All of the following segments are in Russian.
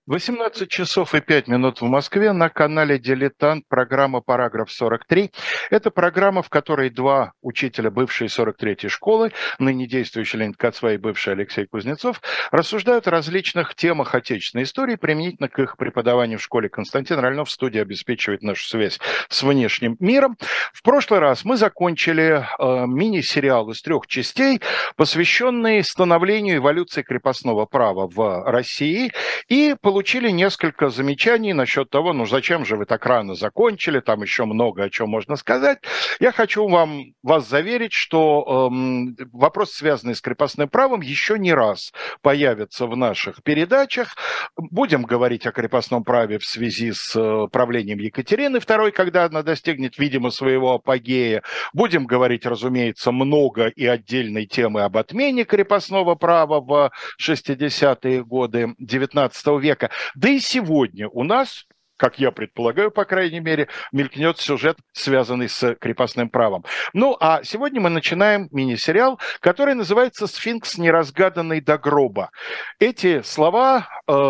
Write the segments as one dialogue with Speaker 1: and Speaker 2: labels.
Speaker 1: 18 часов и 5 минут в Москве на канале «Дилетант», программа «Параграф 43». Это программа, в которой два учителя бывшей 43-й школы, ныне действующий Леонид Кацва и бывший Алексей Кузнецов, рассуждают о различных темах отечественной истории применительно к их преподаванию в школе. Константин Ральнов в студии обеспечивает нашу связь с внешним миром. В прошлый раз мы закончили мини-сериал из 3 частей, посвященный становлению эволюции крепостного права в России, и получили несколько замечаний насчет того, ну зачем же вы так рано закончили, там еще много о чем можно сказать. Я хочу вас заверить, что вопрос, связанный с крепостным правом, еще не раз появится в наших передачах. Будем говорить о крепостном праве в связи с правлением Екатерины II, когда она достигнет, видимо, своего апогея. Будем говорить, разумеется, много и отдельной темы об отмене крепостного права в 60-е годы XIX века. Да и сегодня у нас, как я предполагаю, по крайней мере, мелькнет сюжет, связанный с крепостным правом. Ну, а сегодня мы начинаем мини-сериал, который называется «Сфинкс, неразгаданный до гроба». Эти слова,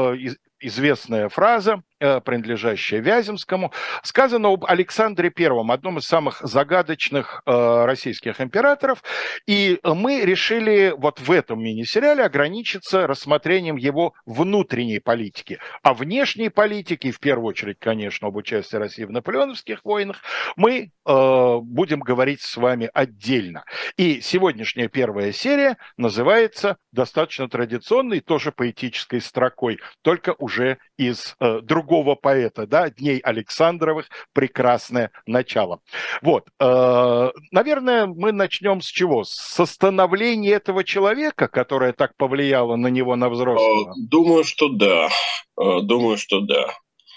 Speaker 1: известная фраза, принадлежащая Вяземскому, сказано об Александре Первом, одном из самых загадочных российских императоров, и мы решили вот в этом мини-сериале ограничиться рассмотрением его внутренней политики. О внешней политике, в первую очередь, конечно, об участии России в наполеоновских войнах, мы будем говорить с вами отдельно. И сегодняшняя первая серия называется достаточно традиционной, тоже поэтической строкой, только уже из другого поэта, да, «Дней Александровых. Прекрасное начало». Вот, наверное, мы начнем с чего? Со становления этого человека, которое так повлияло на него, на взрослого?
Speaker 2: Думаю, что да. Думаю, что да.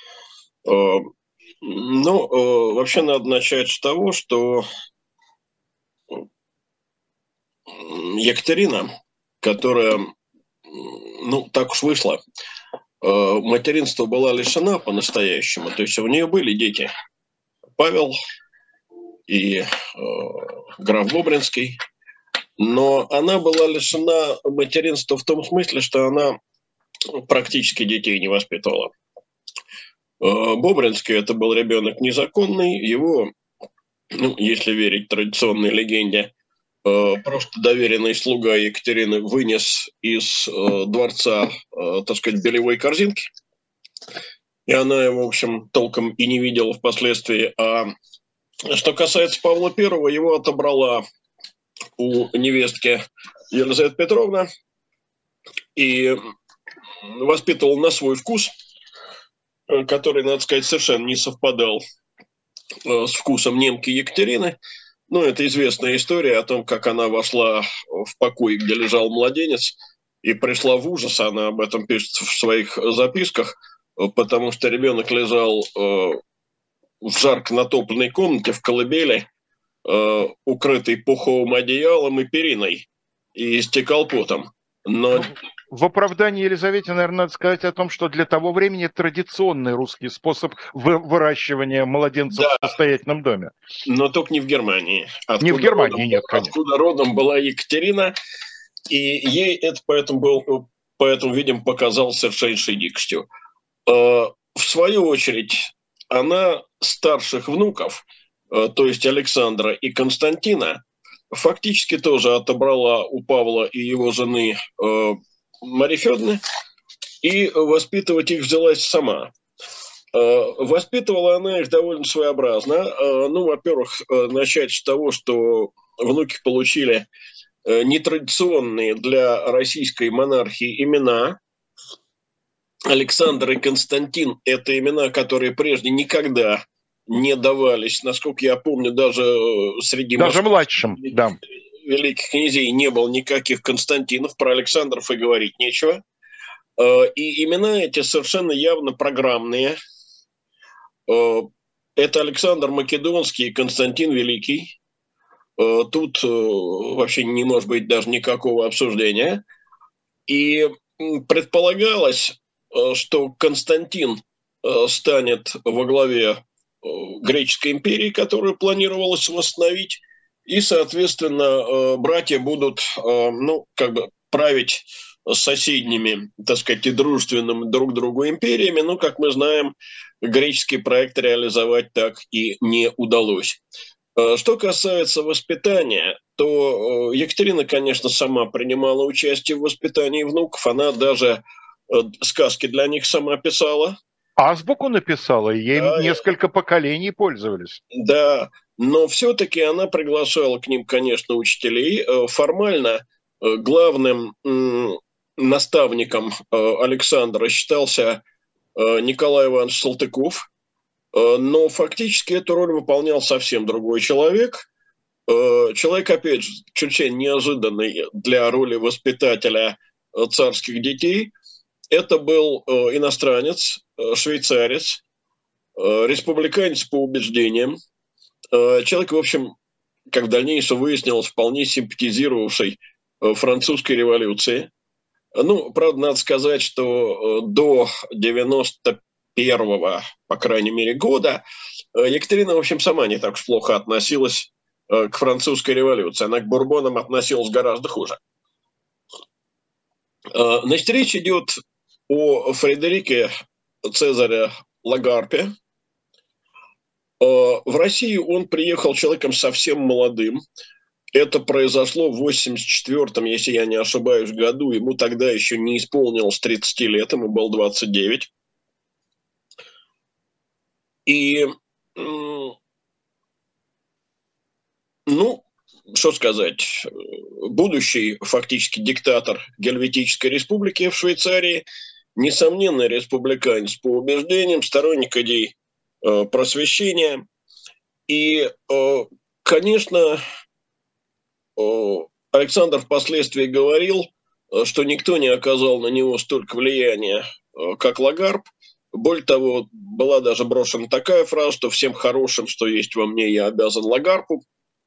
Speaker 2: Ну, вообще надо начать с того, что Екатерина, которая, ну, так уж вышло, материнства была лишена по-настоящему. То есть у нее были дети. Павел и граф Бобринский. Но она была лишена материнства в том смысле, что она практически детей не воспитывала. Бобринский – это был ребенок незаконный. Его, ну, если верить традиционной легенде, просто доверенный слуга Екатерины вынес из дворца, так сказать, белевой корзинки. И она его, в общем, толком и не видела впоследствии. А что касается Павла I, его отобрала у невестки Елизавета Петровна и воспитывала на свой вкус, который, надо сказать, совершенно не совпадал с вкусом немки Екатерины. Ну, это известная история о том, как она вошла в покой, где лежал младенец, и пришла в ужас. Она об этом пишет в своих записках, потому что ребенок лежал в жарко натопленной комнате, в колыбели, укрытый пуховым одеялом и периной, и истекал потом. Но...
Speaker 1: В оправдании Елизавете, наверное, надо сказать о том, что для того времени традиционный русский способ выращивания младенцев в состоятельном доме.
Speaker 2: Но только не в Германии.
Speaker 1: Не в Германии, нет, конечно.
Speaker 2: Откуда родом была Екатерина, и ей это поэтому, видимо, показалось совершеннейшей дикостью. В свою очередь, она старших внуков, то есть Александра и Константина, фактически тоже отобрала у Павла и его жены Марии Федоровны, и воспитывать их взялась сама. Воспитывала она их довольно своеобразно. Ну, во-первых, начать с того, что внуки получили нетрадиционные для российской монархии имена. Александр и Константин – это имена, которые прежде никогда не давались, насколько я помню, даже среди
Speaker 1: младшим, да,
Speaker 2: великих князей не было никаких Константинов, про Александров и говорить нечего. И имена эти совершенно явно программные. Это Александр Македонский и Константин Великий. Тут вообще не может быть даже никакого обсуждения. И предполагалось, что Константин станет во главе греческой империи, которую планировалось восстановить, и, соответственно, братья будут, ну, как бы править с соседними, так сказать, и дружественными друг другу империями, но, как мы знаем, греческий проект реализовать так и не удалось. Что касается воспитания, то Екатерина, конечно, сама принимала участие в воспитании внуков, она даже сказки для них сама писала.
Speaker 1: Азбуку написала, и ей
Speaker 2: Да,
Speaker 1: несколько поколений пользовались.
Speaker 2: да, но все-таки она приглашала к ним, конечно, учителей. Формально главным наставником Александра считался Николай Иванович Салтыков, но фактически эту роль выполнял совсем другой человек. Человек, опять же, чрезвычайно неожиданный для роли воспитателя царских детей. Это был иностранец, швейцарец, республиканец по убеждениям, человек, в общем, как в дальнейшем выяснилось, вполне симпатизировавший французской революции. Ну, правда, надо сказать, что до 91-го, по крайней мере, года Екатерина, в общем, сама не так уж плохо относилась к французской революции. Она к бурбонам относилась гораздо хуже. Значит, речь идет о Фредерике Цезаре Лагарпе. В Россию он приехал человеком совсем молодым. Это произошло в 84-м, если я не ошибаюсь, году. Ему тогда еще не исполнилось 30 лет, ему было 29. И, ну, что сказать, будущий фактически диктатор Гельветической республики в Швейцарии, несомненно, республиканец по убеждениям, сторонник идей просвещения. И, конечно, Александр впоследствии говорил, что никто не оказал на него столько влияния, как Лагарб. Более того, была даже брошена такая фраза, что всем хорошим, что есть во мне, я обязан Лагарбу.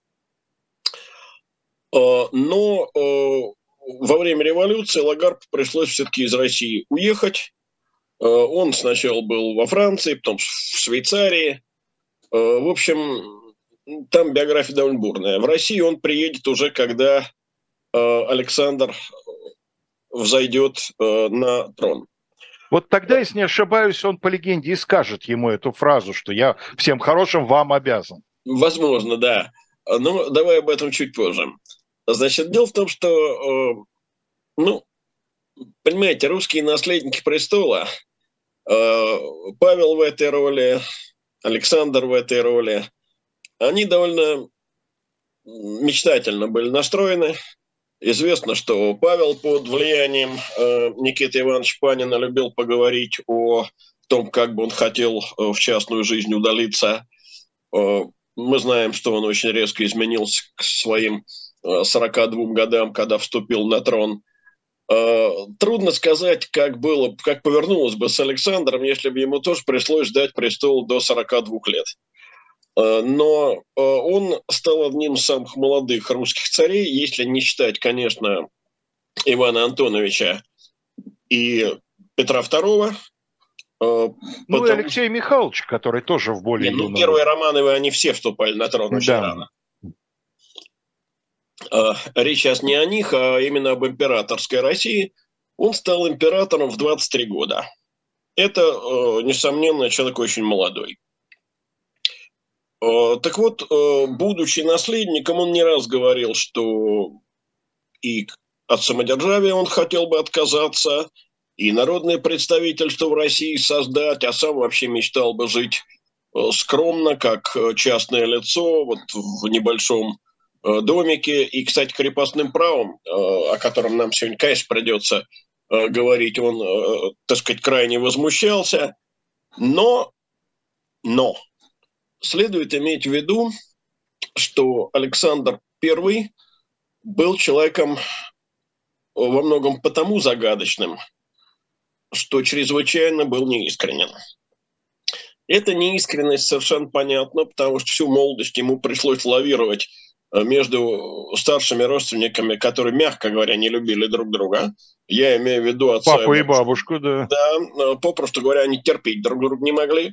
Speaker 2: Но во время революции Лагарбу пришлось все-таки из России уехать. Он сначала был во Франции, потом в Швейцарии. В общем, там биография довольно бурная. В Россию он приедет уже, когда Александр взойдет на трон.
Speaker 1: Вот тогда, если не ошибаюсь, он по легенде и скажет ему эту фразу, что я всем хорошим вам обязан.
Speaker 2: Возможно, да. Но давай об этом чуть позже. Значит, дело в том, что, ну, понимаете, русские наследники престола, Павел в этой роли, Александр в этой роли, они довольно мечтательно были настроены. Известно, что Павел под влиянием Никиты Ивановича Панина любил поговорить о том, как бы он хотел в частную жизнь удалиться. Мы знаем, что он очень резко изменился к своим 42 годам, когда вступил на трон. Трудно сказать, как было, как повернулось бы с Александром, если бы ему тоже пришлось ждать престола до 42 лет. Но он стал одним из самых молодых русских царей, если не считать, конечно, Ивана Антоновича и Петра II.
Speaker 1: Ну и Алексея Михайловича, который тоже в более юном.
Speaker 2: Ну, первые Романовы, они все вступали на трон очень рано. Речь сейчас не о них, а именно об императорской России. Он стал императором в 23 года. Это, несомненно, человек очень молодой. Так вот, будучи наследником, он не раз говорил, что и от самодержавия он хотел бы отказаться, и народное представительство в России создать, а сам вообще мечтал бы жить скромно, как частное лицо, вот в небольшом домике. И, кстати, крепостным правом, о котором нам сегодня, конечно, придется говорить, он, так сказать, крайне возмущался. Но следует иметь в виду, что Александр I был человеком во многом потому загадочным, что чрезвычайно был неискренен. Эта неискренность совершенно понятна, потому что всю молодость ему пришлось лавировать между старшими родственниками, которые, мягко говоря, не любили друг друга. Я имею в виду отца
Speaker 1: папу и бабушку, да.
Speaker 2: Да, попросту говоря, они терпеть друг друга не могли.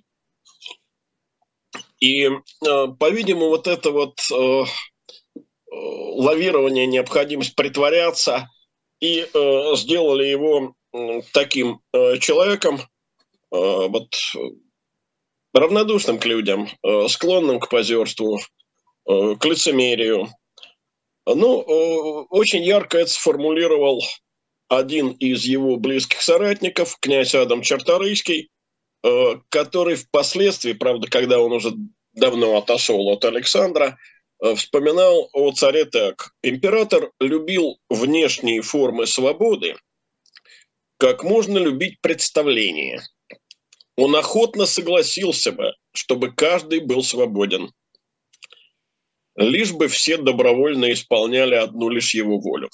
Speaker 2: И, по-видимому, вот это вот лавирование, необходимость притворяться и сделали его таким человеком, вот, равнодушным к людям, склонным к позерству, к лицемерию. Ну, очень ярко это сформулировал один из его близких соратников, князь Адам Чарторийский, который впоследствии, правда, когда он уже давно отошел от Александра, вспоминал о царе так. Император любил внешние формы свободы, как можно любить представление. Он охотно согласился бы, чтобы каждый был свободен, лишь бы все добровольно исполняли одну лишь его волю.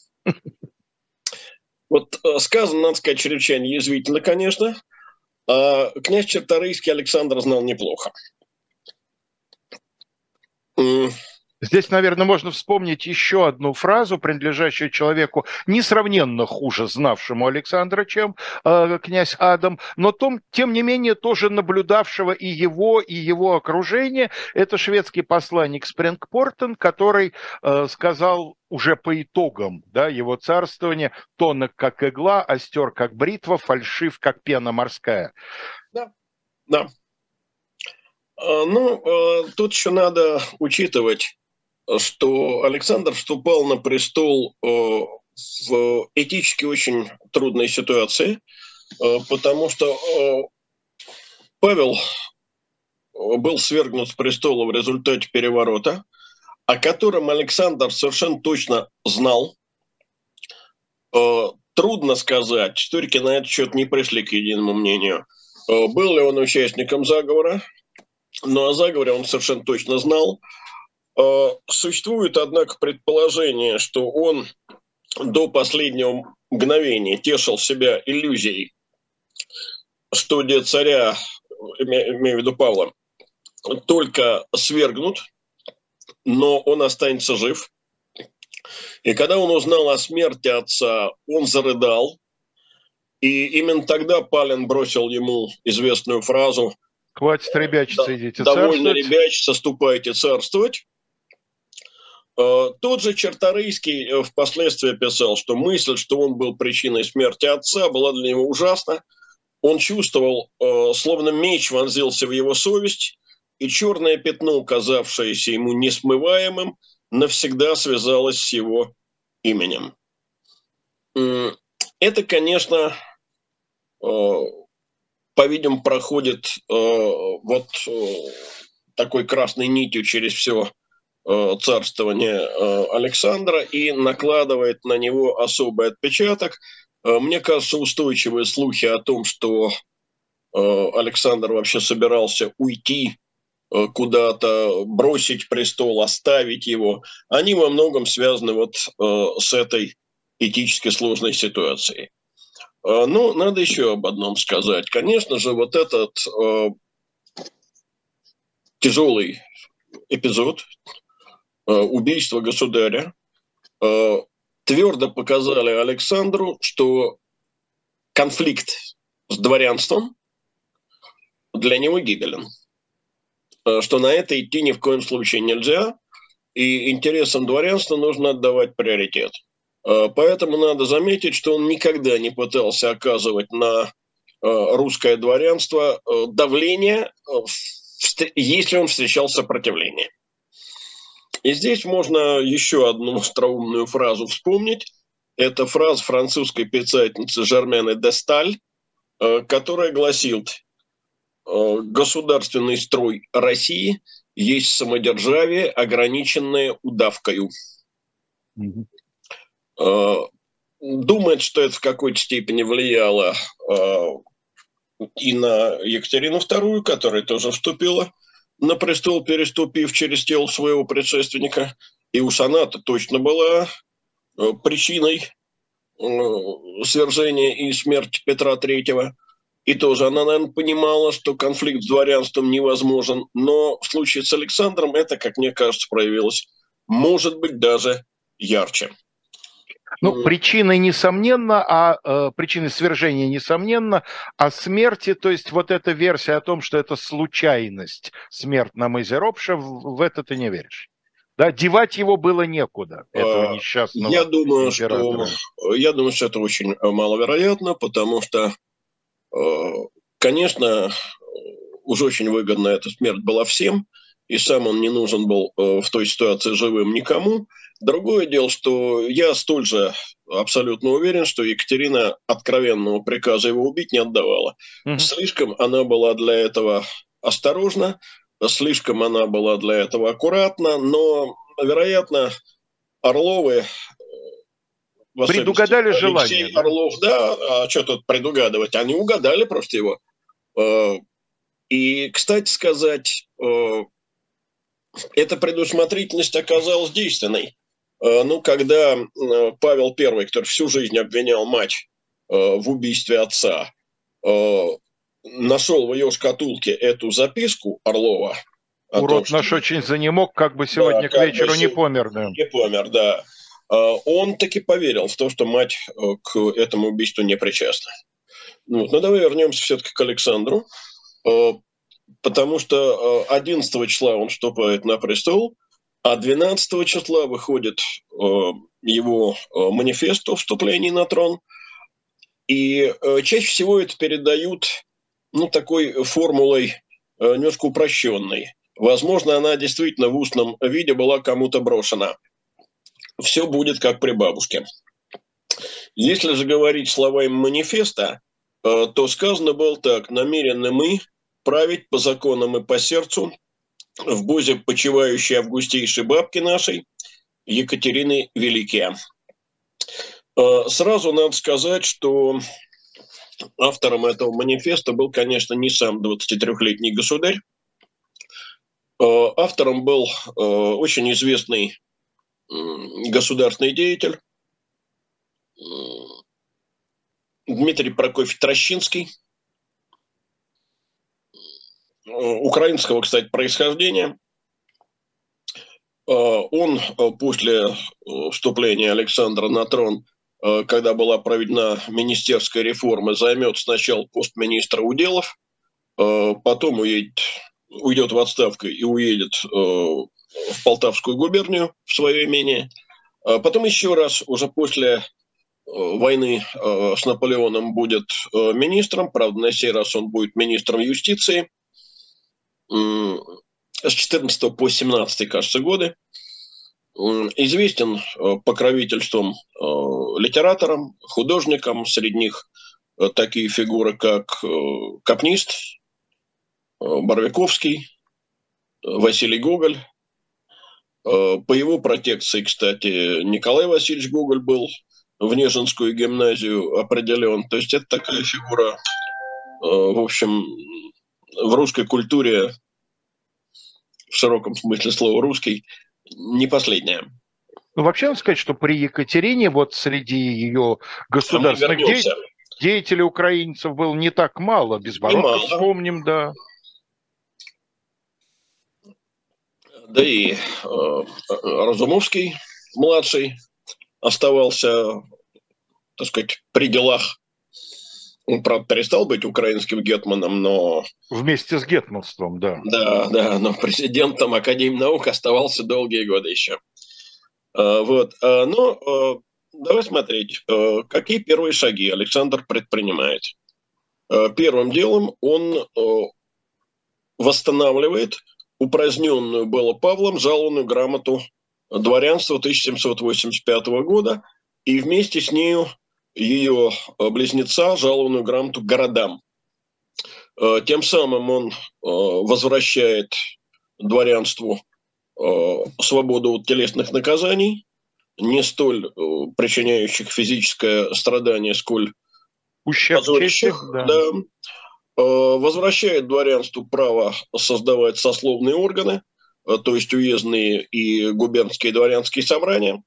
Speaker 2: Вот сказано, надо сказать, чрезвычайно язвительно, конечно, а князь Чарторийский Александр знал неплохо.
Speaker 1: Здесь, наверное, можно вспомнить еще одну фразу, принадлежащую человеку, несравненно хуже знавшему Александра, чем князь Адам, но тем не менее тоже наблюдавшего и его окружение. Это шведский посланник Спрингпортен, который сказал уже по итогам, да, его царствования: тонок как игла, остер как бритва, фальшив как пена морская.
Speaker 2: Да, да. Ну, тут еще надо учитывать, что Александр вступал на престол в этически очень трудной ситуации, потому что Павел был свергнут с престола в результате переворота, о котором Александр совершенно точно знал. Трудно сказать, историки на этот счет не пришли к единому мнению. Был ли он участником заговора, но о заговоре он совершенно точно знал. Существует, однако, предположение, что он до последнего мгновения тешил себя иллюзией, что дед царя, имею в виду Павла, только свергнут, но он останется жив. И когда он узнал о смерти отца, он зарыдал. И именно тогда Палин бросил ему известную фразу:
Speaker 1: «Хватит ребячиться, идите
Speaker 2: довольно
Speaker 1: царствовать».
Speaker 2: ребячиться, ступайте царствовать. Тот же Чарторийский впоследствии писал, что мысль, что он был причиной смерти отца, была для него ужасна. Он чувствовал, словно меч вонзился в его совесть, и черное пятно, казавшееся ему несмываемым, навсегда связалось с его именем. Это, конечно, по-видимому, проходит вот такой красной нитью через все царствование Александра и накладывает на него особый отпечаток. Мне кажется, устойчивые слухи о том, что Александр вообще собирался уйти куда-то, бросить престол, оставить его, они во многом связаны вот с этой этически сложной ситуацией. Ну, надо еще об одном сказать. Конечно же, вот этот тяжелый эпизод убийства государя твердо показали Александру, что конфликт с дворянством для него гибелен, что на это идти ни в коем случае нельзя, и интересам дворянства нужно отдавать приоритет. Поэтому надо заметить, что он никогда не пытался оказывать на русское дворянство давление, если он встречал сопротивление. И здесь можно еще одну остроумную фразу вспомнить. Это фраза французской писательницы Жермены де Сталь, которая гласит: «Государственный строй России есть самодержавие, ограниченное удавкою». Думает, что это в какой-то степени влияло и на Екатерину II, которая тоже вступила на престол, переступив через тело своего предшественника. И уж она-то точно была причиной свержения и смерти Петра III. И тоже она, наверное, понимала, что конфликт с дворянством невозможен. Но в случае с Александром это, как мне кажется, проявилось, может быть, даже ярче.
Speaker 1: Ну, причиной несомненно, причиной свержения несомненно, а смерти, то есть вот эта версия о том, что это случайность, смерть на мызе Ропша, в это ты не веришь? Да, девать его было некуда, этого несчастного
Speaker 2: я думаю,
Speaker 1: императора.
Speaker 2: что это очень маловероятно, потому что, конечно, уж очень выгодна эта смерть была всем, и сам он не нужен был в той ситуации живым никому. Другое дело, что я столь же абсолютно уверен, что Екатерина откровенного приказа его убить не отдавала. Слишком она была для этого осторожна, слишком она была для этого аккуратна, но, вероятно, Орловы, в
Speaker 1: предугадали
Speaker 2: особенности
Speaker 1: желание.
Speaker 2: Алексей Орлов, да, а что тут предугадывать, они угадали просто его. И, кстати сказать, эта предусмотрительность оказалась действенной. Ну, когда Павел I, который всю жизнь обвинял мать в убийстве отца, нашел в ее шкатулке эту записку Орлова.
Speaker 1: Урод том, наш очень занемог, как бы сегодня, да, к вечеру не помер. Да.
Speaker 2: Не помер, да. Он таки поверил в то, что мать к этому убийству не причастна. Ну, давай вернемся все-таки к Александру. Потому что 11 числа он вступает на престол, а 12 числа выходит его манифест о вступлении на трон. И чаще всего это передают такой формулой немножко упрощенной. Возможно, она действительно в устном виде была кому-то брошена. Все будет как при бабушке. Если же говорить словами манифеста, то сказано было так: намерены мы править по законам и по сердцу в бозе почивающей августейшей бабки нашей Екатерины Великие. Сразу надо сказать, что автором этого манифеста был, конечно, не сам 23-летний государь. Автором был очень известный государственный деятель Дмитрий Прокофьевич Трощинский, украинского, кстати, происхождения. Он после вступления Александра на трон, когда была проведена министерская реформа, займет сначала пост министра уделов, потом уйдет в отставку и уедет в Полтавскую губернию, в свое имение. Потом еще раз, уже после войны с Наполеоном, будет министром. Правда, на сей раз он будет министром юстиции. С 14 по 17, кажется, годы. Известен покровительством литераторам, художникам. Среди них такие фигуры, как Капнист, Боровиковский, Василий Гоголь. По его протекции, кстати, Николай Васильевич Гоголь был в Нежинскую гимназию определен. То есть это такая фигура, в общем, в русской культуре, в широком смысле слова русский, не последняя.
Speaker 1: Ну, вообще, надо сказать, что при Екатерине вот среди ее государственных деятелей украинцев было не так мало. Безбородков вспомним, да.
Speaker 2: Да и Разумовский, младший, оставался, так сказать, при делах. Он, правда, перестал быть украинским гетманом, но...
Speaker 1: Вместе с гетманством, да.
Speaker 2: Да, но президентом Академии наук оставался долгие годы еще. Вот. Но давай смотреть, какие первые шаги Александр предпринимает. Первым делом он восстанавливает упраздненную было Павлом жалованную грамоту дворянства 1785 года и вместе с нею ее близнеца жалованную грамоту городам. Тем самым он возвращает дворянству свободу от телесных наказаний, не столь причиняющих физическое страдание, сколь позорящих, да. Возвращает дворянству право создавать сословные органы, то есть уездные и губернские дворянские собрания.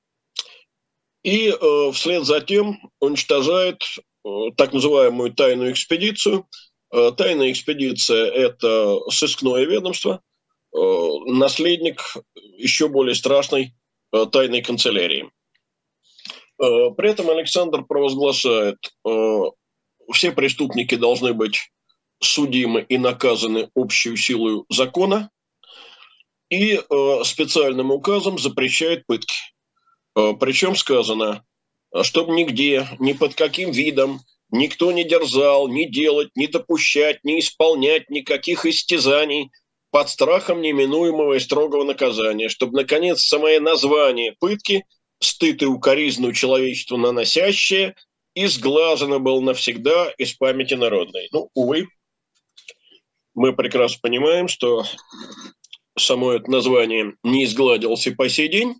Speaker 2: И вслед за тем уничтожает так называемую тайную экспедицию. Тайная экспедиция – это сыскное ведомство, наследник еще более страшной тайной канцелярии. При этом Александр провозглашает: все преступники должны быть судимы и наказаны общей силой закона. и специальным указом запрещает пытки. Причем сказано, чтобы нигде, ни под каким видом никто не дерзал ни делать, ни допущать, ни исполнять никаких истязаний под страхом неминуемого и строгого наказания, чтобы, наконец, самое название пытки, стыд и укоризну человечеству наносящее, изглажено было навсегда из памяти народной. Ну, увы, мы прекрасно понимаем, что само это название не изгладилось и по сей день,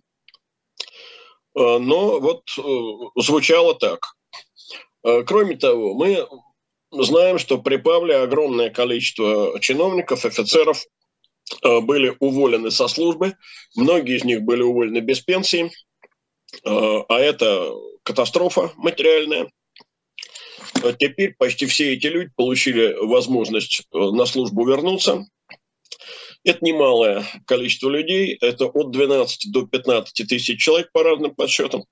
Speaker 2: но вот звучало так. Кроме того, мы знаем, что при Павле огромное количество чиновников, офицеров были уволены со службы, многие из них были уволены без пенсии, а это катастрофа материальная. Теперь почти все эти люди получили возможность на службу вернуться. Это немалое количество людей, это от 12 до 15 тысяч человек по разным подсчетам.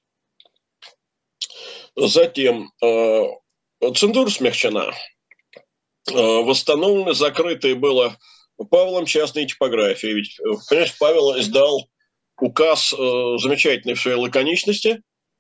Speaker 2: Затем цензура смягчена, восстановлены закрытые было Павлом частные типографии. Ведь, понимаешь, Павел издал указ замечательный в своей лаконичности.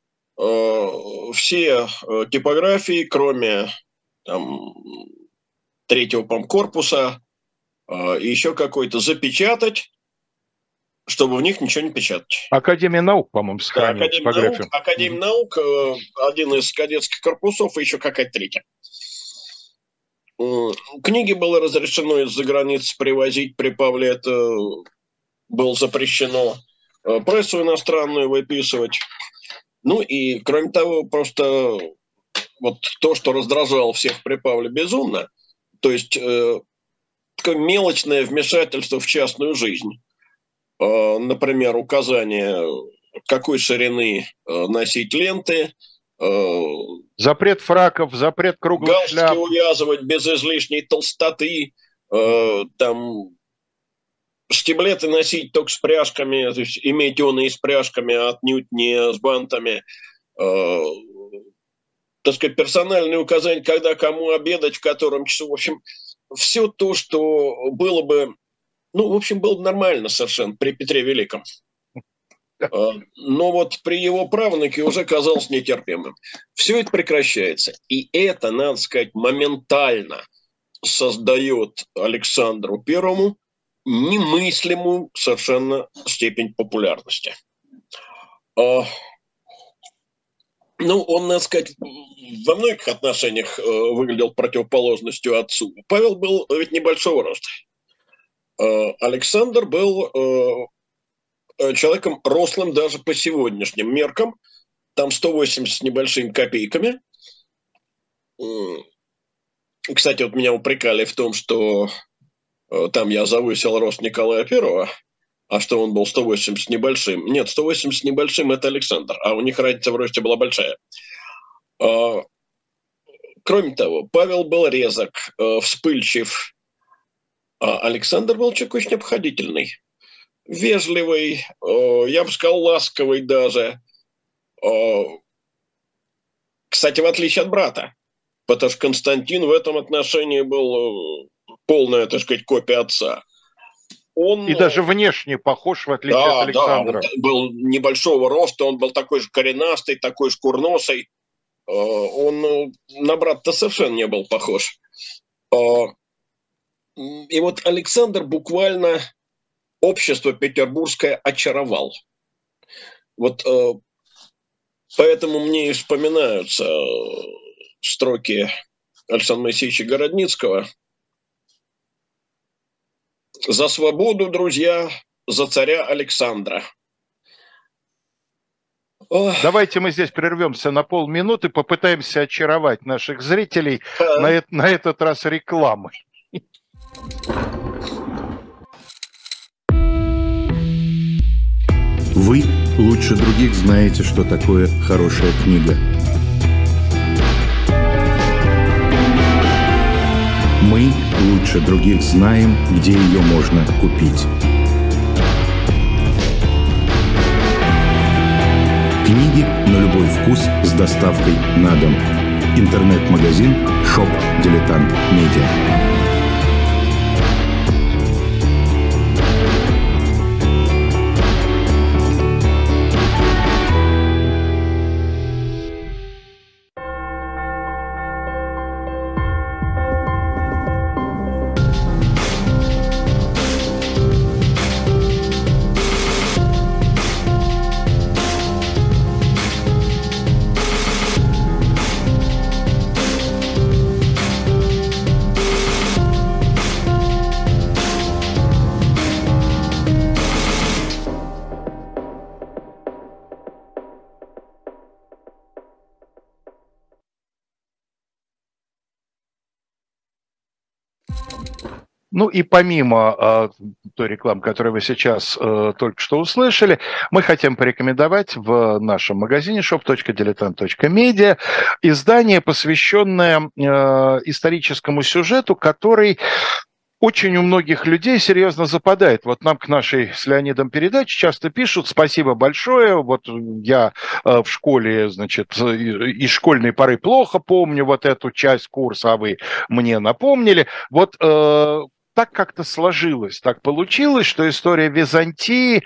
Speaker 2: Все типографии, кроме там, 3-го корпуса и еще какой-то, запечатать, чтобы в них ничего не печатать.
Speaker 1: Академия наук, по-моему, сохранила типографию.
Speaker 2: Академия наук, один из кадетских корпусов и еще какая-то третья. Книги было разрешено из-за границы привозить, при Павле это было запрещено, прессу иностранную выписывать. Ну и, кроме того, просто вот то, что раздражало всех при Павле безумно, то есть такое мелочное вмешательство в частную жизнь. Например, указание, какой ширины носить ленты,
Speaker 1: запрет фраков, запрет круглых шляп.
Speaker 2: Галстуки увязывать без излишней толстоты, там штиблеты носить только с пряжками, то есть иметь он и с пряжками, а отнюдь не с бантами. Так сказать, персональные указания, когда кому обедать, в котором часу. В общем, все то, что было бы, ну, в общем, было бы нормально совершенно при Петре Великом. Но вот при его правнуке уже казалось нетерпимым. Все это прекращается. И это, надо сказать, моментально создает Александру Первому немыслимую совершенно степень популярности. Ну, он, надо сказать, во многих отношениях выглядел противоположностью отцу. Павел был ведь небольшого роста. Александр был человеком рослым даже по сегодняшним меркам, там 180 с небольшими копейками. Кстати, вот меня упрекали в том, что там я завысил рост Николая I, а что он был 180 с небольшим. Нет, 180 с небольшим – это Александр, а у них разница в росте была большая. Кроме того, Павел был резок, вспыльчив, а Александр был человек очень обходительный. Вежливый, я бы сказал, ласковый даже. Кстати, в отличие от брата, потому что Константин в этом отношении был полная, так сказать, копия отца. Он,
Speaker 1: и даже внешне похож, в отличие от Александра.
Speaker 2: Да, он был небольшого роста, он был такой же коренастый, такой же курносый. Он на брата-то совершенно не был похож. И вот Александр буквально общество петербургское очаровал. Вот поэтому мне и вспоминаются строки Александра Моисеевича Городницкого: «За свободу, друзья, за царя Александра».
Speaker 1: Давайте мы здесь прервемся на полминуты, попытаемся очаровать наших зрителей, на этот раз рекламой.
Speaker 3: Вы лучше других знаете, что такое хорошая книга. Мы лучше других знаем, где ее можно купить. Книги на любой вкус с доставкой на дом. Интернет-магазин Shop Dilettant Media.
Speaker 1: Ну и помимо той рекламы, которую вы сейчас только что услышали, мы хотим порекомендовать в нашем магазине shop.diletant.media издание, посвященное историческому сюжету, который очень у многих людей серьезно западает. Вот нам к нашей с Леонидом передаче часто пишут: спасибо большое, вот я в школе, значит, из школьной поры плохо помню вот эту часть курса, а вы мне напомнили. Вот так как-то сложилось, так получилось, что история Византии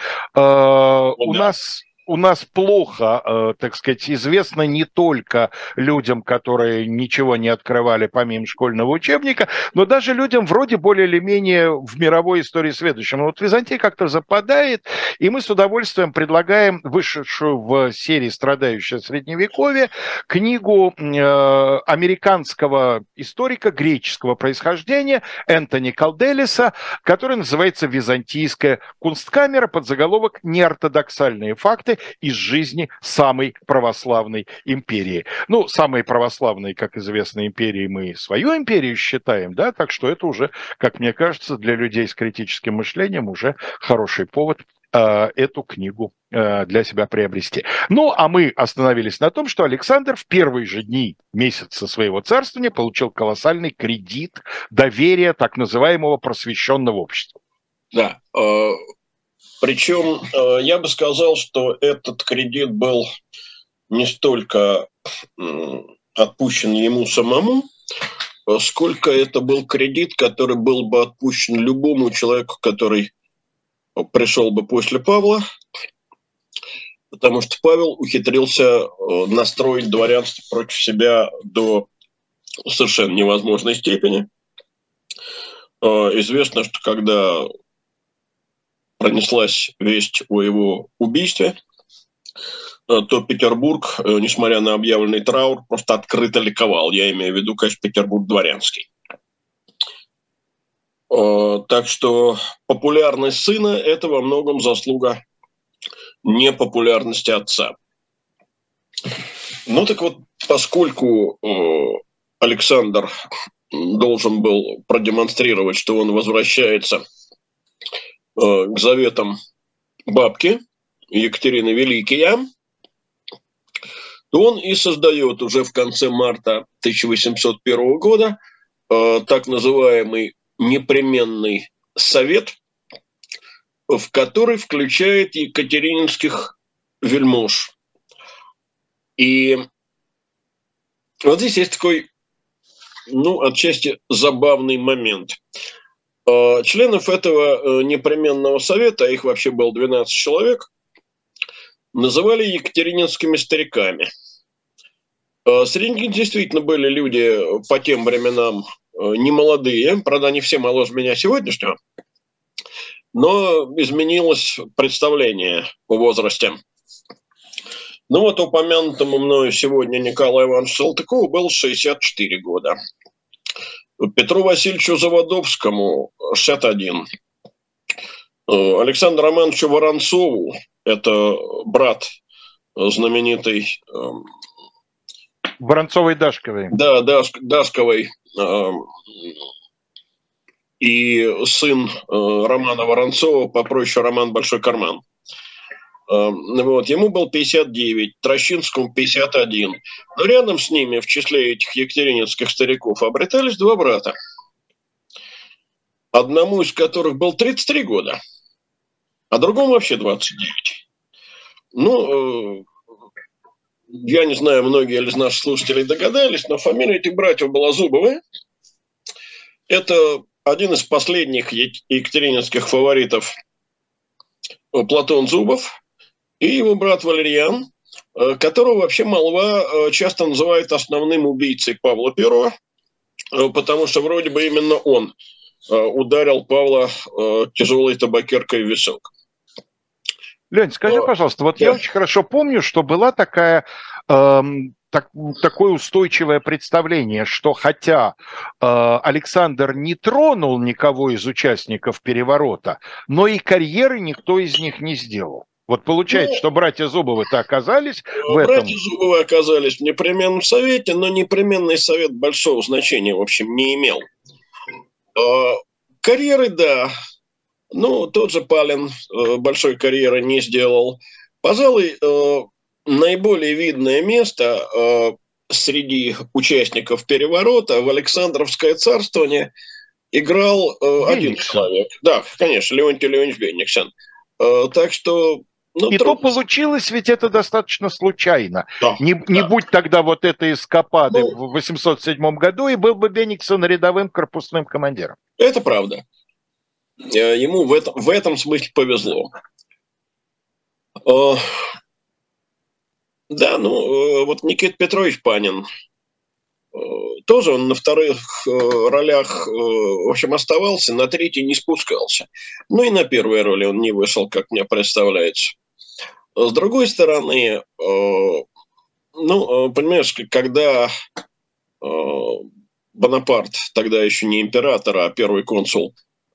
Speaker 1: у нас плохо, так сказать, известна не только людям, которые ничего не открывали помимо школьного учебника, но даже людям вроде более или менее в мировой истории сведущим. Вот Византия как-то западает, и мы с удовольствием предлагаем вышедшую в серии «Страдающее Средневековье» книгу американского историка греческого происхождения Энтони Калделиса, которая называется «Византийская кунсткамера», под заголовок «Неортодоксальные факты из жизни самой православной империи». Ну, самой православной, как известно, империи мы свою империю считаем, да, так что это уже, как мне кажется, для людей с критическим мышлением уже хороший повод эту книгу для себя приобрести. Ну, а мы остановились на том, что Александр в первые же дни месяца своего царствования получил колоссальный кредит доверия так называемого просвещенного общества.
Speaker 2: Да, причем я бы сказал, что этот кредит был не столько отпущен ему самому, сколько это был кредит, который был бы отпущен любому человеку, который пришел бы после Павла, потому что Павел ухитрился настроить дворянство против себя до совершенно невозможной степени. Известно, что когда пронеслась весть о его убийстве, то Петербург, несмотря на объявленный траур, просто открыто ликовал. Я имею в виду, конечно, Петербург дворянский. Так что популярность сына – это во многом заслуга непопулярности отца. Ну так вот, поскольку Александр должен был продемонстрировать, что он возвращается к заветам бабки Екатерины Великой, то он и создает уже в конце марта 1801 года так называемый непременный совет, в который включает екатерининских вельмож. И вот здесь есть такой, отчасти забавный момент. Членов этого непременного совета, а их вообще было 12 человек, называли екатерининскими стариками. Среди них действительно были люди по тем временам немолодые, правда, они все моложе меня сегодняшнего, но изменилось представление о возрасте. Ну вот упомянутому мною сегодня Николаю Ивановичу Салтыкову было 64 года. Петру Васильевичу Заводовскому 61. Александру Романовичу Воронцову, это брат знаменитой
Speaker 1: Воронцовой-Дашковой.
Speaker 2: Да, Дашковой и сын Романа Воронцова, попроще Роман Большой Карман. Вот, ему был 59, Трощинскому 51. Но рядом с ними, в числе этих екатерининских стариков, обретались два брата. Одному из которых был 33 года, а другому вообще 29. Я не знаю, многие из наших слушателей догадались, но фамилия этих братьев была Зубовы. Это один из последних екатерининских фаворитов Платон Зубов и его брат Валерьян, которого вообще молва часто называет основным убийцей Павла I, потому что вроде бы именно он ударил Павла тяжелой табакеркой в висок.
Speaker 1: Лень, скажи, пожалуйста, вот я очень хорошо помню, что была такое устойчивое представление, что хотя Александр не тронул никого из участников переворота, но и карьеры никто из них не сделал. Вот получается, что братья Зубовы-то оказались в этом.
Speaker 2: Братья Зубовы оказались в непременном совете, но непременный совет большого значения, в общем, не имел. Карьеры, да. Ну, тот же Палин большой карьеры не сделал. Пожалуй, наиболее видное место среди участников переворота в Александровское царствование играл один человек. Да, конечно, Леонтий Леонидович Бенниксен. Так что... Ну,
Speaker 1: и то получилось, ведь это достаточно случайно.
Speaker 2: Да,
Speaker 1: не будь тогда вот этой эскапады в 807 году, и был бы Бенниксен рядовым корпусным командиром.
Speaker 2: Это правда. Ему в этом смысле повезло. Да, ну, вот Никита Петрович Панин, тоже он на вторых ролях, в общем, оставался, на третьей не спускался. Ну и на первой роли он не вышел, как мне представляется. С другой стороны, ну, понимаешь, когда Бонапарт, тогда еще не император, а первый консул,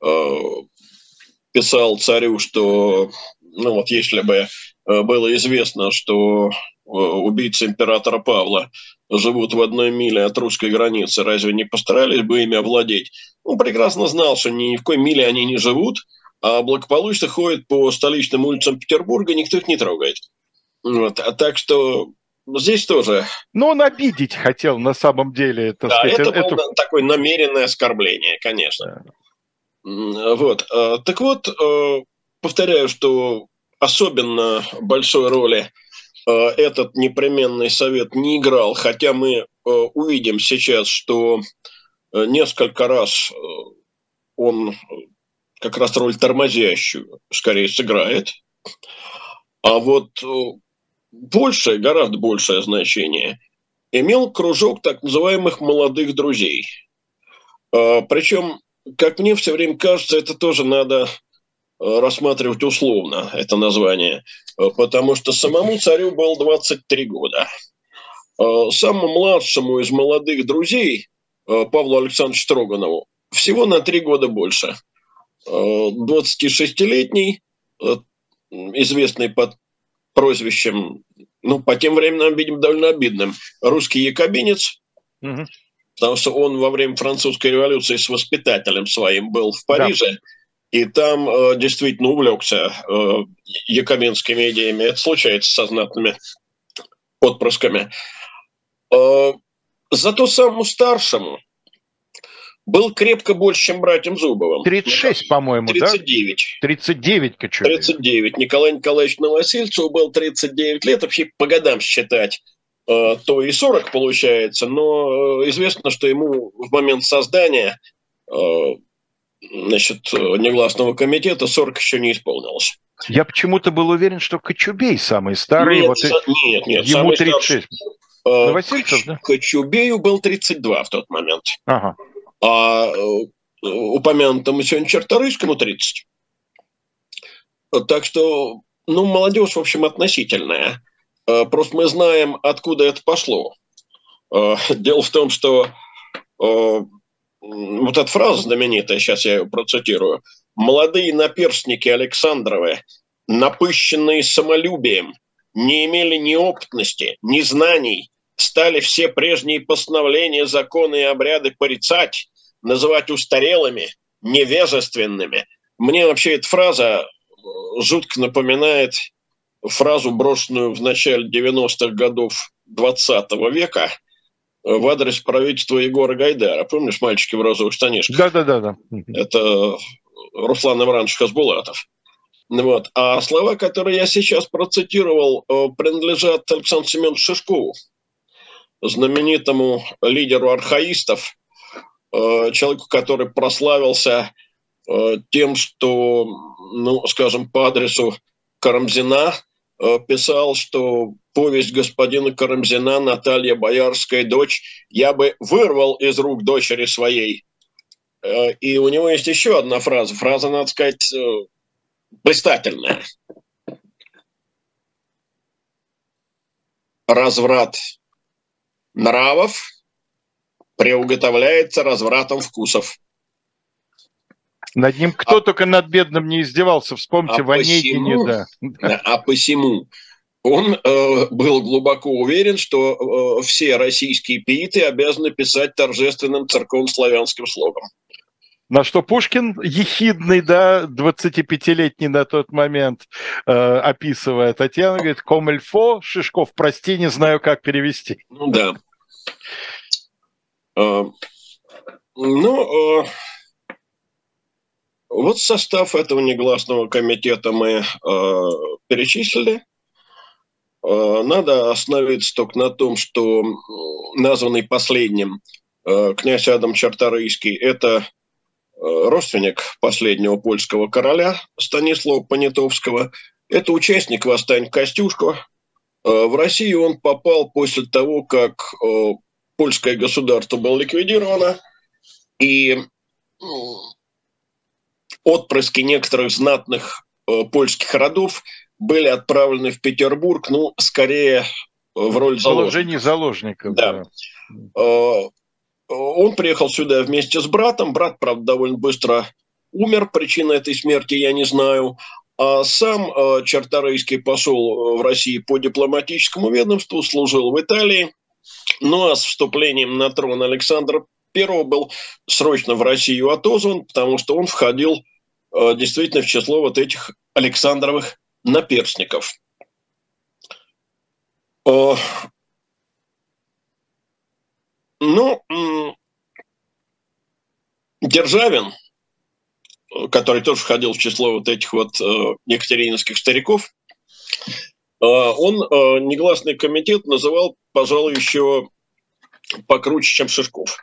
Speaker 2: писал царю, что, ну вот если бы было известно, что убийцы императора Павла живут в 1 миле от русской границы, разве не постарались бы ими овладеть? Он прекрасно знал, что ни в коей миле они не живут, а благополучно ходят по столичным улицам Петербурга, никто их не трогает. Вот. А так что здесь тоже...
Speaker 1: Но он обидеть хотел на самом деле.
Speaker 2: Да, сказать, это было такое намеренное оскорбление, конечно. Да. Вот. Так вот, повторяю, что особенно большой роли этот непременный совет не играл, хотя мы увидим сейчас, что несколько раз он как раз роль тормозящую скорее сыграет. А вот большее, гораздо большее значение имел кружок так называемых молодых друзей. Причем, как мне все время кажется, это тоже надо рассматривать условно, это название, потому что самому царю было 23 года. Самому младшему из молодых друзей, Павлу Александровичу Строганову, всего на 3 года больше. 26-летний, известный под прозвищем, ну, по тем временам, видимо, довольно обидным, русский якобинец, потому что он во время французской революции с воспитателем своим был в Париже, и там действительно увлекся якобинскими идеями. Это случается со знатными отпрысками. Зато самому старшему был крепко больше, чем братьям Зубовым.
Speaker 1: 36, по-моему,
Speaker 2: 39.
Speaker 1: Да? 39, Кочубею.
Speaker 2: 39. Николай Николаевич Новосельцеву был 39 лет. Вообще по годам считать, то и 40 получается. Но известно, что ему в момент создания негласного комитета 40 еще не исполнилось.
Speaker 1: Я почему-то был уверен, что Кочубей самый старый.
Speaker 2: Нет,
Speaker 1: вот
Speaker 2: нет,
Speaker 1: ему 36. Новосельцев, да?
Speaker 2: Кочубею был 32 в тот момент.
Speaker 1: Ага.
Speaker 2: А упомянутому сегодня Черторийскому 30. Так что, ну, молодежь, в общем, относительная. Просто мы знаем, откуда это пошло. Дело в том, что вот эта фраза знаменитая, сейчас я ее процитирую. «Молодые наперстники Александровы, напыщенные самолюбием, не имели ни опытности, ни знаний, стали все прежние постановления, законы и обряды порицать, называть устарелыми, невежественными». Мне вообще эта фраза жутко напоминает фразу, брошенную в начале 90-х годов 20 века в адрес правительства Егора Гайдара. Помнишь, мальчики в розовых штанишках?
Speaker 1: Да.
Speaker 2: Это Руслан Имранович Хасбулатов. Вот. А слова, которые я сейчас процитировал, принадлежат Александру Семеновичу Шишкову, знаменитому лидеру архаистов, человеку, который прославился тем, что, ну, скажем, по адресу Карамзина писал, что повесть господина Карамзина «Наталья Боярская дочь» я бы вырвал из рук дочери своей. И у него есть еще одна фраза. Фраза, надо сказать, блистательная. Разврат нравов приуготовляется развратом вкусов.
Speaker 1: Над ним кто только над бедным не издевался. Вспомните, в Онегине, да.
Speaker 2: А посему он был глубоко уверен, что все российские пииты обязаны писать торжественным церковно-славянским слогом.
Speaker 1: На что Пушкин, ехидный, да, 25-летний на тот момент, описывая Татьяну, говорит: «Комильфо, Шишков, прости, не знаю, как перевести».
Speaker 2: Ну да. Вот состав этого негласного комитета мы перечислили. Надо остановиться только на том, что названный последним князь Адам Czartoryski – это родственник последнего польского короля Станислава Понятовского. Это участник восстания Костюшко. В Россию он попал после того, как польское государство было ликвидировано, и отпрыски некоторых знатных польских родов были отправлены в Петербург, ну, скорее в роль
Speaker 1: заложников.
Speaker 2: Да. Он приехал сюда вместе с братом. Брат, правда, довольно быстро умер. Причина этой смерти я не знаю. А сам Czartoryski пошел в Россию по дипломатическому ведомству, служил в Италии. Ну а с вступлением на трон Александра I был срочно в Россию отозван, потому что он входил действительно в число вот этих Александровых наперстников. Державин, который тоже входил в число вот этих вот екатерининских стариков, он негласный комитет называл, пожалуй, еще покруче, чем Шишков.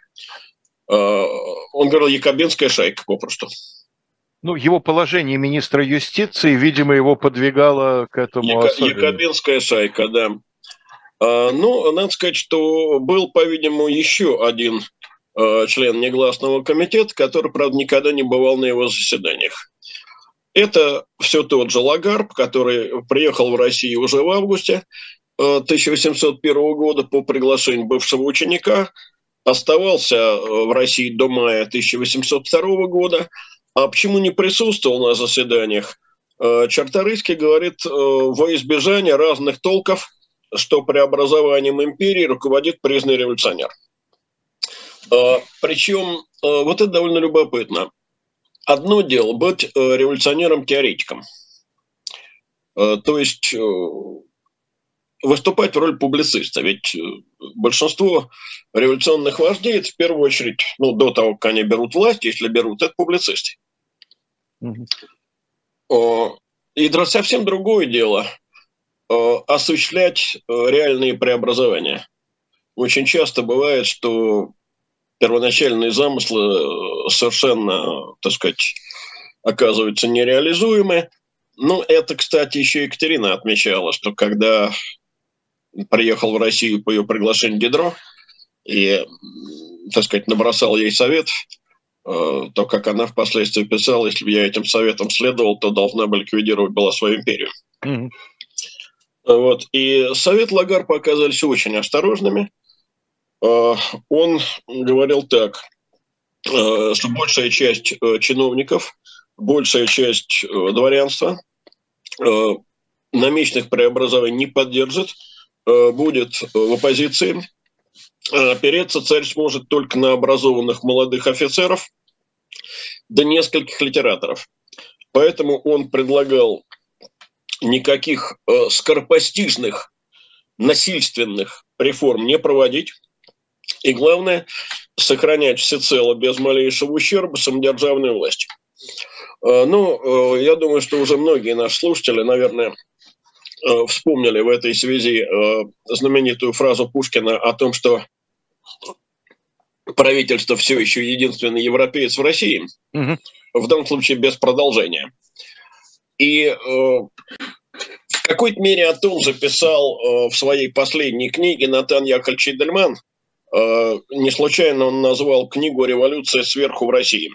Speaker 2: Он говорил «якобинская шайка» попросту.
Speaker 1: Ну, его положение министра юстиции, видимо, его подвигало к этому особенно.
Speaker 2: Якобинская шайка, да. Ну, надо сказать, что был, по-видимому, еще один член негласного комитета, который, правда, никогда не бывал на его заседаниях. Это все тот же Лагарб, который приехал в Россию уже в августе 1801 года по приглашению бывшего ученика, оставался в России до мая 1802 года. А почему не присутствовал на заседаниях? Czartoryski говорит, во избежание разных толков, что преобразованием империи руководит признанный революционер. Причем, вот это довольно любопытно. Одно дело быть революционером-теоретиком, то есть выступать в роли публициста. Ведь большинство революционных вождей, это в первую очередь, ну, до того, как они берут власть, если берут, это публицисты. И совсем другое дело осуществлять реальные преобразования. Очень часто бывает, что первоначальные замыслы совершенно, так сказать, оказываются нереализуемы. Ну, это, кстати, еще Екатерина отмечала, что когда приехал в Россию по ее приглашению Дидро и, так сказать, набросал ей совет, то, как она впоследствии писала, если бы я этим советом следовал, то должна бы ликвидировать была свою империю. Вот. И совет Лагарба оказались очень осторожными. Он говорил так, что большая часть чиновников, большая часть дворянства намеченных преобразований не поддержит, будет в оппозиции. Опереться царь сможет только на образованных молодых офицеров да нескольких литераторов. Поэтому он предлагал никаких скоропостижных, насильственных реформ не проводить. И главное, сохранять всецело, без малейшего ущерба, самодержавную власть. Ну, я думаю, что уже многие наши слушатели, наверное, вспомнили в этой связи знаменитую фразу Пушкина о том, что правительство все еще единственный европеец в России, в данном случае без продолжения. И в какой-то мере о том же писал в своей последней книге Натан Яковлевич Идельман. Не случайно он назвал книгу «Революция сверху в России».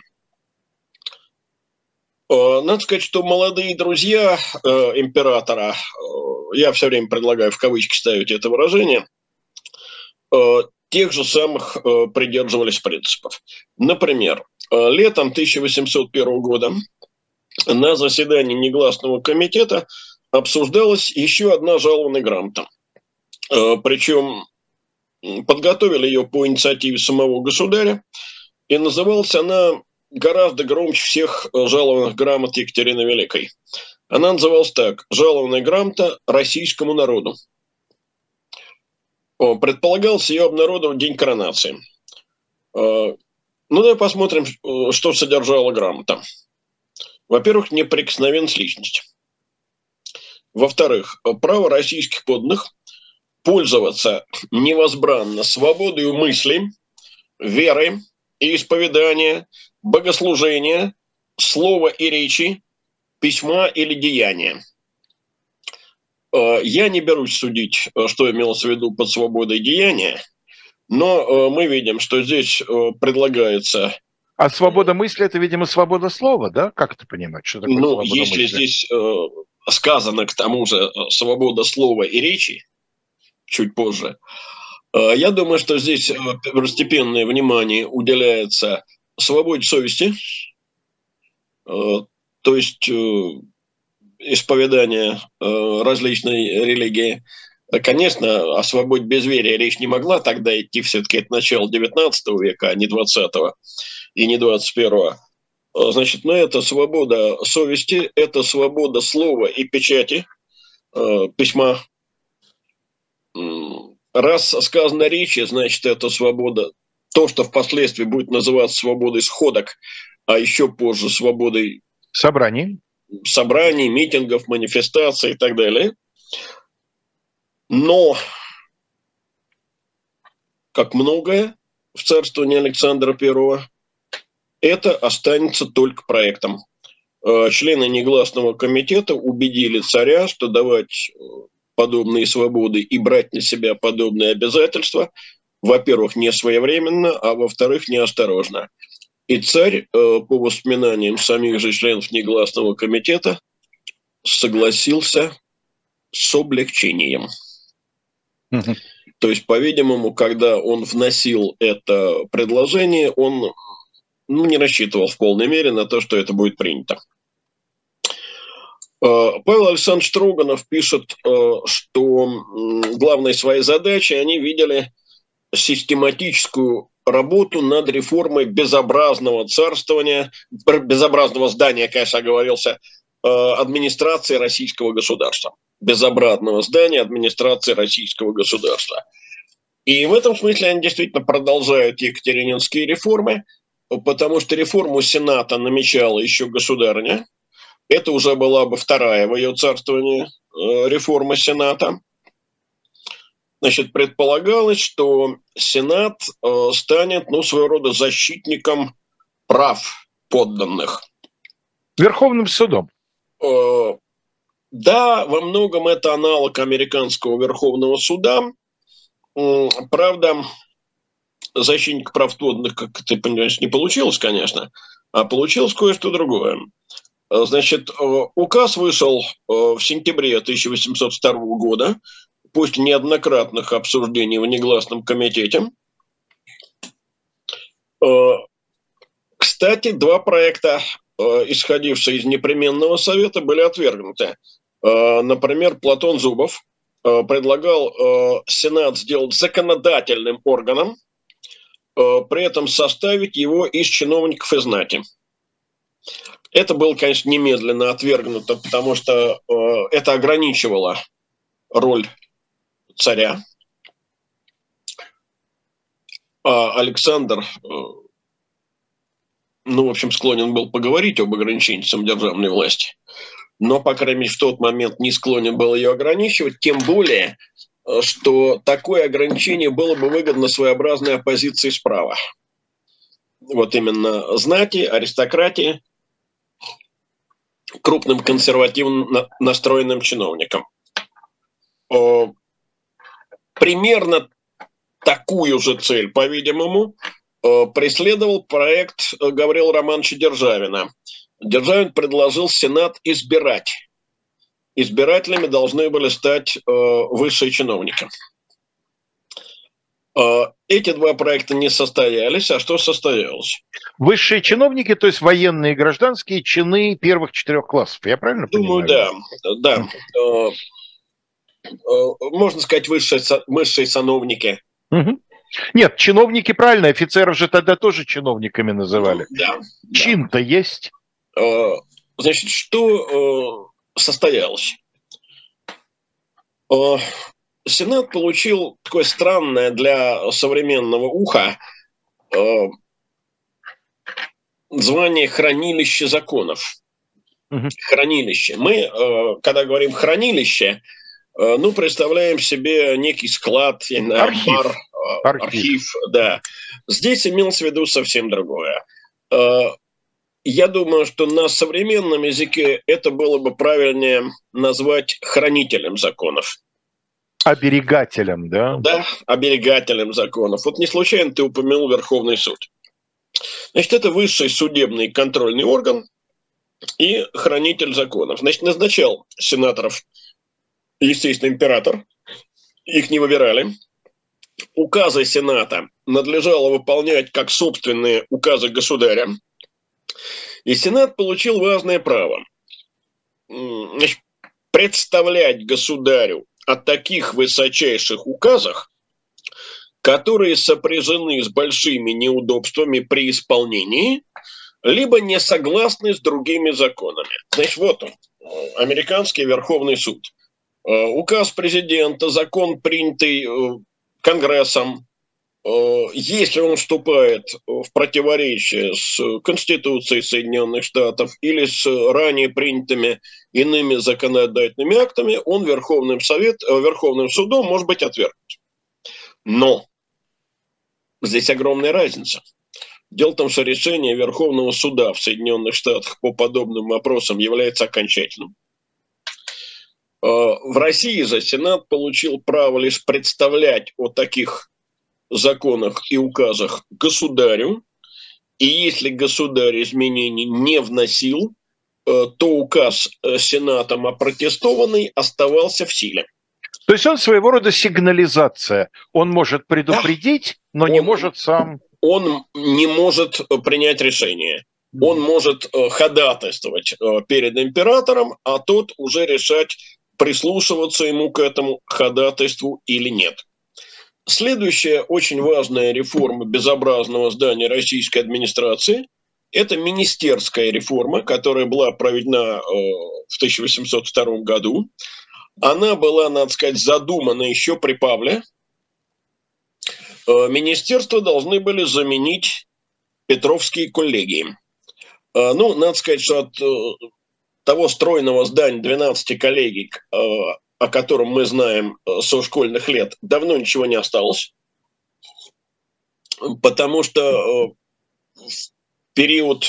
Speaker 2: Надо сказать, что молодые друзья императора, я все время предлагаю в кавычки ставить это выражение, тех же самых придерживались принципов. Например, летом 1801 года на заседании негласного комитета обсуждалась еще одна жалованная грамота. Причем подготовили ее по инициативе самого государя, и называлась она гораздо громче всех жалованных грамот Екатерины Великой. Она называлась так: «Жалованная грамота российскому народу». Предполагалось ее обнародовать в день коронации. Ну, давай посмотрим, что содержала грамота. Во-первых, неприкосновенность личности. Во-вторых, право российских подданных пользоваться невозбранно свободой мысли, веры и исповедания, богослужения, слова и речи, письма или деяния. Я не берусь судить, что имелось в виду под свободой деяния, но мы видим, что здесь предлагается...
Speaker 1: А свобода мысли – это, видимо, свобода слова, да? Как это понимать? Что такое свобода мысли?
Speaker 2: Если здесь сказано, к тому же, свобода слова и речи, чуть позже, я думаю, что здесь первостепенное внимание уделяется свободе совести, то есть исповедание различной религии. Конечно, о свободе безверия речь не могла тогда идти, все-таки это начало 19 века, а не 20-го и не 21-го. Значит, это свобода совести, это свобода слова и печати, письма. Раз сказано речи, значит, это свобода, то, что впоследствии будет называться свободой сходок, а еще позже свободой собраний, митингов, манифестаций и так далее. Но, как многое в царствовании Александра I, это останется только проектом. Члены негласного комитета убедили царя, что давать подобные свободы и брать на себя подобные обязательства, во-первых, не своевременно, а во-вторых, неосторожно. И царь, по воспоминаниям самих же членов негласного комитета, согласился с облегчением. То есть, по-видимому, когда он вносил это предложение, он не рассчитывал в полной мере на то, что это будет принято. Павел Александрович Строганов пишет, что главной своей задачей они видели систематическую работу над реформой безобразного царствования, безобразного здания, конечно, оговорился, администрации российского государства. Безобразного здания администрации российского государства. И в этом смысле они действительно продолжают екатерининские реформы, потому что реформу Сената намечала еще государыня. Это уже была бы вторая в ее царствовании реформа Сената. Значит, предполагалось, что Сенат станет, своего рода защитником прав подданных.
Speaker 1: Верховным судом.
Speaker 2: Да, во многом это аналог американского Верховного суда. Правда, защитник прав подданных, как ты понимаешь, не получилось, конечно, а получилось кое-что другое. Значит, указ вышел в сентябре 1802 года, после неоднократных обсуждений в негласном комитете. Кстати, два проекта, исходившие из непременного совета, были отвергнуты. Например, Платон Зубов предлагал Сенат сделать законодательным органом, при этом составить его из чиновников и знати. Это было, конечно, немедленно отвергнуто, потому что это ограничивало роль царя. А Александр, в общем, склонен был поговорить об ограничении самодержавной власти, но, по крайней мере, в тот момент не склонен был ее ограничивать, тем более, что такое ограничение было бы выгодно своеобразной оппозиции справа. Вот именно знати, аристократии, крупным консервативно настроенным чиновникам. Примерно такую же цель, по-видимому, преследовал проект Гаврила Романовича Державина. Державин предложил Сенат избирать. Избирателями должны были стать высшие чиновники. Эти два проекта не состоялись, а что состоялось?
Speaker 1: Высшие чиновники, то есть военные и гражданские чины первых 4 классов, я правильно понимаю?
Speaker 2: Думаю, да. Можно сказать, высшие сановники.
Speaker 1: Нет, чиновники, правильно, офицеров же тогда тоже чиновниками называли.
Speaker 2: Да.
Speaker 1: Чин-то есть.
Speaker 2: Значит, что состоялось? Сенат получил такое странное для современного уха звание хранилище законов. Хранилище. Мы, когда говорим хранилище, представляем себе некий склад, бар, архив, да. Здесь имелось в виду совсем другое. Я думаю, что на современном языке это было бы правильнее назвать хранителем законов.
Speaker 1: Оберегателем, да?
Speaker 2: Да, оберегателем законов. Вот не случайно ты упомянул Верховный суд. Значит, это высший судебный контрольный орган и хранитель законов. Значит, назначал сенаторов, естественно, император. Их не выбирали. Указы Сената надлежало выполнять как собственные указы государя. И Сенат получил важное право. Значит, представлять государю о таких высочайших указах, которые сопряжены с большими неудобствами при исполнении, либо не согласны с другими законами. Значит, вот он, американский Верховный суд. Указ президента, закон, принятый Конгрессом, если он вступает в противоречие с Конституцией Соединенных Штатов или с ранее принятыми иными законодательными актами, он Верховным судом может быть отвергнут. Но здесь огромная разница. Дело в том, что решение Верховного суда в Соединенных Штатах по подобным вопросам является окончательным. В России же Сенат получил право лишь представлять о таких законах и указах государю, и если государь изменений не вносил, то указ Сенатом опротестованный оставался в силе.
Speaker 1: То есть он своего рода сигнализация. Он может предупредить, но не может сам...
Speaker 2: Он не может принять решение. Он может ходатайствовать перед императором, а тот уже решать, прислушиваться ему к этому ходатайству или нет. Следующая очень важная реформа безобразного здания российской администрации – это министерская реформа, которая была проведена в 1802 году. Она была, надо сказать, задумана еще при Павле. Министерства должны были заменить Петровские коллегии. Надо сказать, что от того стройного здания 12 коллегий, о котором мы знаем со школьных лет, давно ничего не осталось. Потому что в период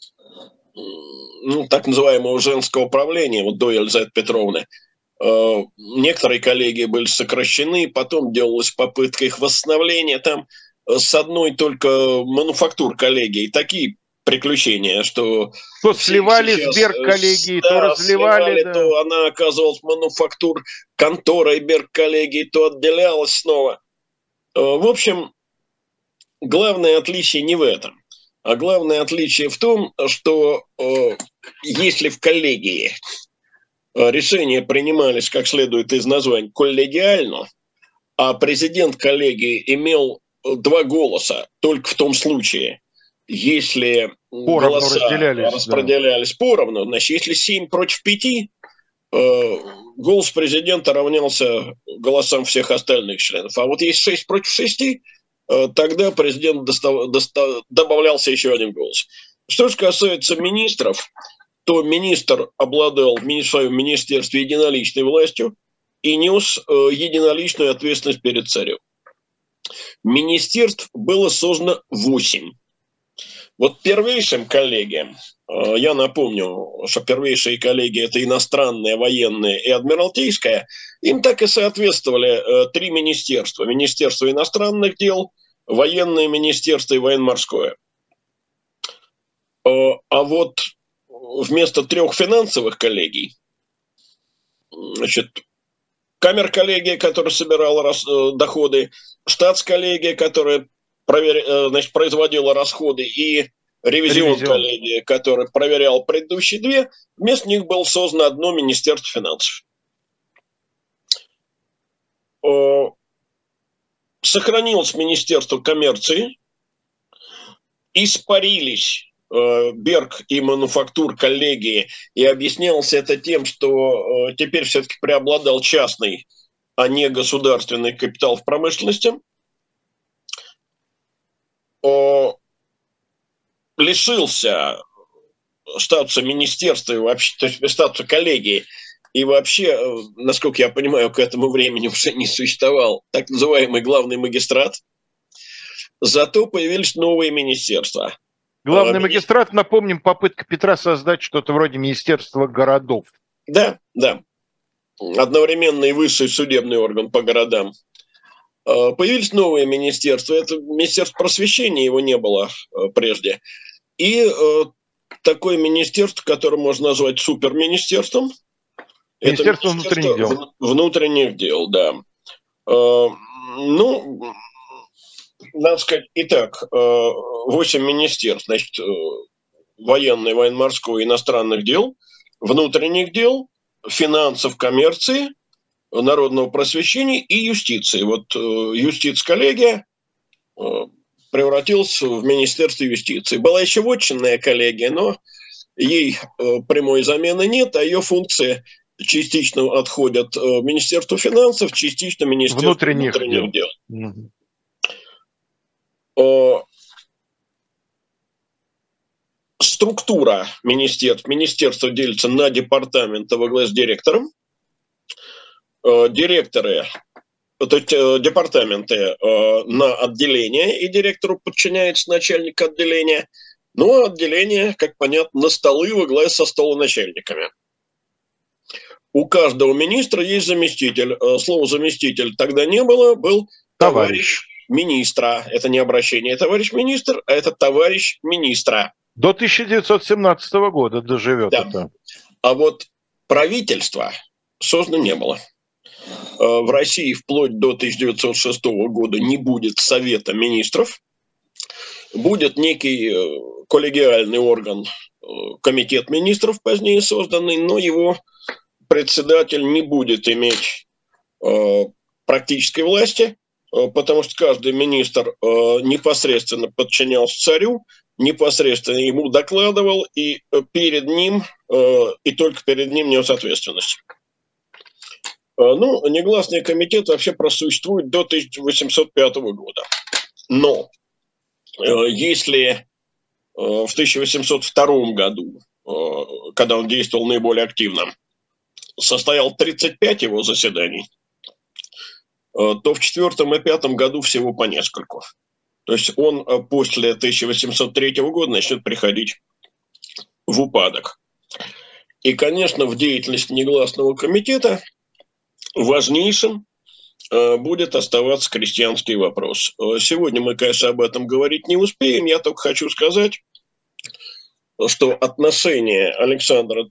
Speaker 2: так называемого женского правления, вот до Елизаветы Петровны, некоторые коллегии были сокращены, потом делалась попытка их восстановления. Там с одной только мануфактур коллегии такие приключения, что...
Speaker 1: То сливали с Берг-коллегии, то разливали. Да.
Speaker 2: То она оказывалась мануфактур конторой Берг-коллегии, то отделялась снова. В общем, главное отличие не в этом. А главное отличие в том, что если в коллегии решения принимались, как следует из названия, коллегиально, а президент коллегии имел 2 голоса только в том случае, если
Speaker 1: поровну
Speaker 2: голоса распределялись поровну, значит, если 7 против 5, голос президента равнялся голосам всех остальных членов. А вот если 6 против 6, тогда президент добавлялся еще 1 голос. Что же касается министров, то министр обладал в своем министерстве единоличной властью и нес единоличную ответственность перед царем. Министерств было создано 8. Вот первейшим коллегиям, я напомню, что первейшие коллегии – это иностранная, военная и адмиралтейская, им так и соответствовали 3 министерства. Министерство иностранных дел, военное министерство и военно-морское. А вот вместо 3 финансовых коллегий, значит, камер-коллегия, которая собирала доходы, штатс-коллегия, которая производила расходы, и ревизион-коллегия, которая проверяла предыдущие 2, вместо них было создано одно Министерство финансов. сохранилось Министерство коммерции, испарились Берг и мануфактур коллегии, и объяснялось это тем, что теперь все-таки преобладал частный, а не государственный капитал в промышленности. Лишился статуса министерства и вообще, то есть статуса коллегии, и вообще, насколько я понимаю, к этому времени уже не существовал так называемый главный магистрат. Зато появились новые министерства.
Speaker 1: Главный магистрат, напомним, попытка Петра создать что-то вроде Министерства городов.
Speaker 2: Да, да. Одновременно и высший судебный орган по городам. Появились новые министерства. Это Министерство просвещения, его не было прежде. И такое министерство, которое можно назвать суперминистерством.
Speaker 1: Министерство внутренних дел.
Speaker 2: Внутренних дел, да. Ну, надо сказать, итак, 8 министерств, значит, военной, военно-морской, иностранных дел, внутренних дел, финансов, коммерции, народного просвещения и юстиции. Вот юстиц-коллегия превратилась в Министерство юстиции. Была еще вотчинная коллегия, но ей прямой замены нет, а ее функции частично отходят Министерству финансов, частично Министерству внутренних дел. Структура министерств. Министерство делится на департаменты во главе с директором. Директоры, то есть департаменты на отделение, и директору подчиняется начальник отделения. Ну, а отделение, как понятно, на столы во главе со столоначальниками. У каждого министра есть заместитель. Слово «заместитель» тогда не было, был товарищ министра. Это не обращение товарищ министр, а это товарищ министра.
Speaker 1: До 1917 года доживет это.
Speaker 2: А вот правительства создано не было. В России вплоть до 1906 года не будет Совета министров. Будет некий коллегиальный орган, комитет министров, позднее созданный, но его председатель не будет иметь практической власти, потому что каждый министр непосредственно подчинялся царю, непосредственно ему докладывал, и перед ним, и только перед ним нес ответственность. Ну, негласный комитет вообще просуществует до 1805 года. Но если в 1802 году, когда он действовал наиболее активно, состоял 35 его заседаний, то в 4 и 5 году всего по нескольку. То есть он после 1803 года начнет приходить в упадок. И, конечно, в деятельности негласного комитета важнейшим будет оставаться крестьянский вопрос. Сегодня мы, конечно, об этом говорить не успеем. Я только хочу сказать, что отношение Александра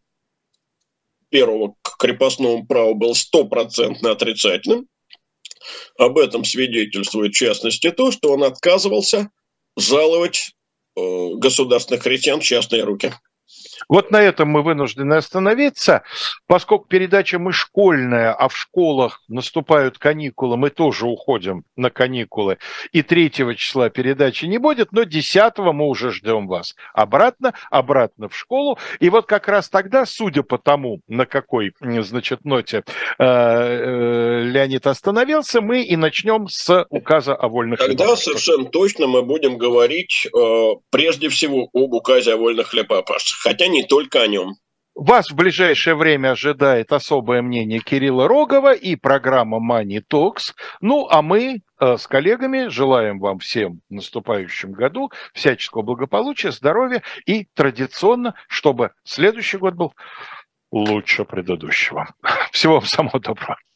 Speaker 2: I к крепостному праву было 100% отрицательным. Об этом свидетельствует, в частности, то, что он отказывался жаловать государственных крестьян в частные руки.
Speaker 1: Вот на этом мы вынуждены остановиться, поскольку передача «Мы школьная», а в школах наступают каникулы, мы тоже уходим на каникулы, и 3 числа передачи не будет, но 10 мы уже ждем вас обратно в школу. И вот как раз тогда, судя по тому, на какой, значит, ноте Леонид остановился, мы и начнем с указа о вольных хлебопашцах. Тогда
Speaker 2: совершенно точно мы будем говорить прежде всего об указе о вольных хлебопашцах, хотя не только о нем.
Speaker 1: Вас в ближайшее время ожидает особое мнение Кирилла Рогова и программа Money Talks. Ну, а мы с коллегами желаем вам всем в наступающем году всяческого благополучия, здоровья и традиционно, чтобы следующий год был лучше предыдущего. Всего вам самого доброго.